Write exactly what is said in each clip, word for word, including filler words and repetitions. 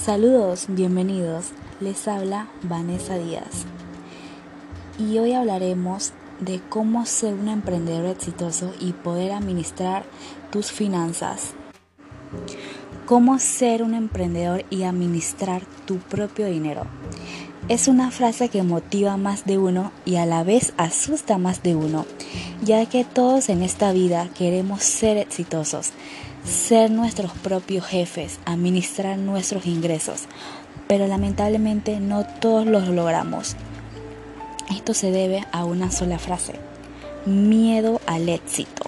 Saludos, bienvenidos. Les habla Vanessa Díaz. Y hoy hablaremos de cómo ser un emprendedor exitoso y poder administrar tus finanzas. Cómo ser un emprendedor y administrar tu propio dinero. Es una frase que motiva a más de uno y a la vez asusta a más de uno, ya que todos en esta vida queremos ser exitosos, ser nuestros propios jefes, administrar nuestros ingresos, pero lamentablemente no todos los logramos. Esto se debe a una sola frase: miedo al éxito.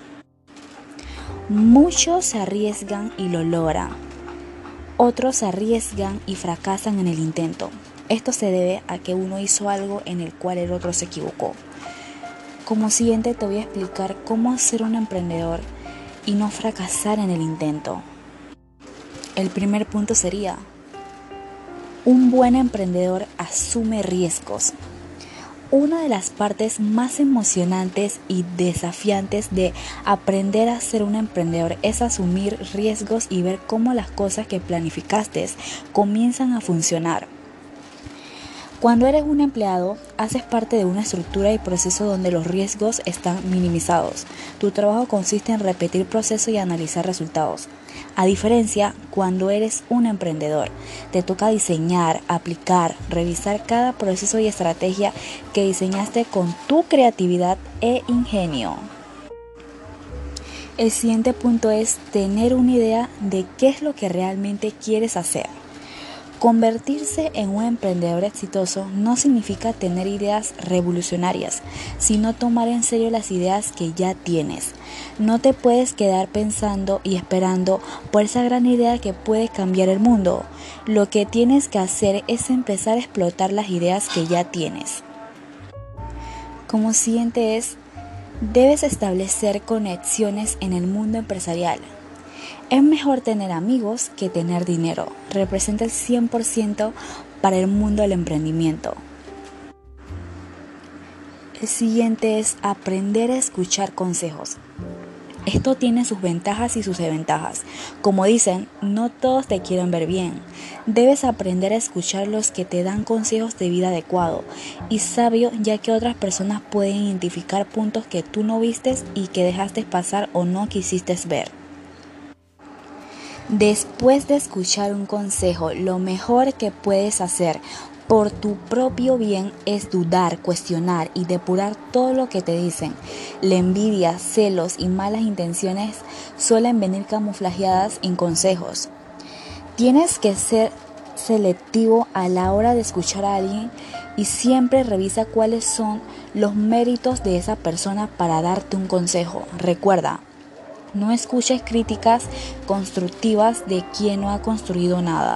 Muchos se arriesgan y lo logran, otros se arriesgan y fracasan en el intento. Esto se debe a que uno hizo algo en el cual el otro se equivocó. Como siguiente te voy a explicar cómo ser un emprendedor y no fracasar en el intento. El primer punto sería: un buen emprendedor asume riesgos. Una de las partes más emocionantes y desafiantes de aprender a ser un emprendedor es asumir riesgos y ver cómo las cosas que planificaste comienzan a funcionar. Cuando eres un empleado, haces parte de una estructura y proceso donde los riesgos están minimizados. Tu trabajo consiste en repetir procesos y analizar resultados. A diferencia, cuando eres un emprendedor, te toca diseñar, aplicar, revisar cada proceso y estrategia que diseñaste con tu creatividad e ingenio. El siguiente punto es tener una idea de qué es lo que realmente quieres hacer. Convertirse en un emprendedor exitoso no significa tener ideas revolucionarias, sino tomar en serio las ideas que ya tienes. No te puedes quedar pensando y esperando por esa gran idea que puede cambiar el mundo. Lo que tienes que hacer es empezar a explotar las ideas que ya tienes. Como siguiente es, debes establecer conexiones en el mundo empresarial. Es mejor tener amigos que tener dinero. Representa el cien por ciento para el mundo del emprendimiento. El siguiente es aprender a escuchar consejos. Esto tiene sus ventajas y sus desventajas. Como dicen, no todos te quieren ver bien. Debes aprender a escuchar los que te dan consejos de vida adecuado y sabio, ya que otras personas pueden identificar puntos que tú no vistes y que dejaste pasar o no quisiste ver. Después de escuchar un consejo, lo mejor que puedes hacer por tu propio bien es dudar, cuestionar y depurar todo lo que te dicen. La envidia, celos y malas intenciones suelen venir camuflajeadas en consejos. Tienes que ser selectivo a la hora de escuchar a alguien y siempre revisa cuáles son los méritos de esa persona para darte un consejo. Recuerda, no escuches críticas constructivas de quien no ha construido nada.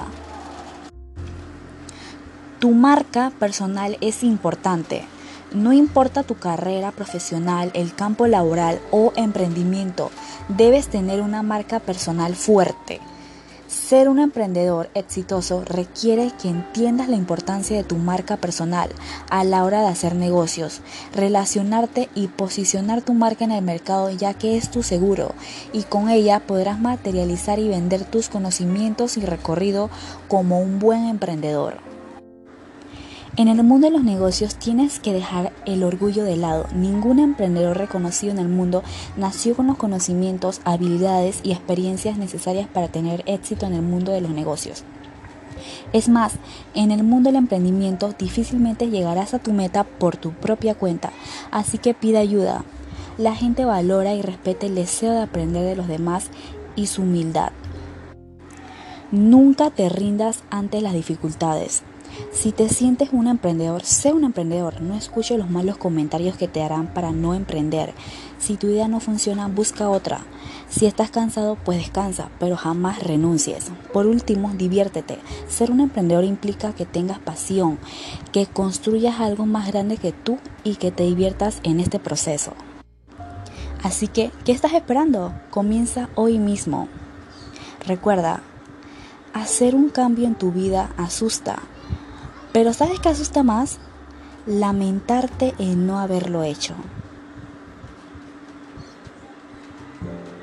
Tu marca personal es importante. No importa tu carrera profesional, el campo laboral o emprendimiento, debes tener una marca personal fuerte. Ser un emprendedor exitoso requiere que entiendas la importancia de tu marca personal a la hora de hacer negocios, relacionarte y posicionar tu marca en el mercado, ya que es tu seguro y con ella podrás materializar y vender tus conocimientos y recorrido como un buen emprendedor. En el mundo de los negocios tienes que dejar el orgullo de lado. Ningún emprendedor reconocido en el mundo nació con los conocimientos, habilidades y experiencias necesarias para tener éxito en el mundo de los negocios. Es más, en el mundo del emprendimiento difícilmente llegarás a tu meta por tu propia cuenta, así que pide ayuda. La gente valora y respeta el deseo de aprender de los demás y su humildad. Nunca te rindas ante las dificultades. Si te sientes un emprendedor, sé un emprendedor. No escuches los malos comentarios que te harán para no emprender. Si tu idea no funciona, busca otra. Si estás cansado, pues descansa, pero jamás renuncies. Por último, diviértete. Ser un emprendedor implica que tengas pasión, que construyas algo más grande que tú y que te diviertas en este proceso. Así que, ¿qué estás esperando? Comienza hoy mismo. Recuerda, hacer un cambio en tu vida asusta. Pero ¿sabes qué asusta más? Lamentarte en no haberlo hecho.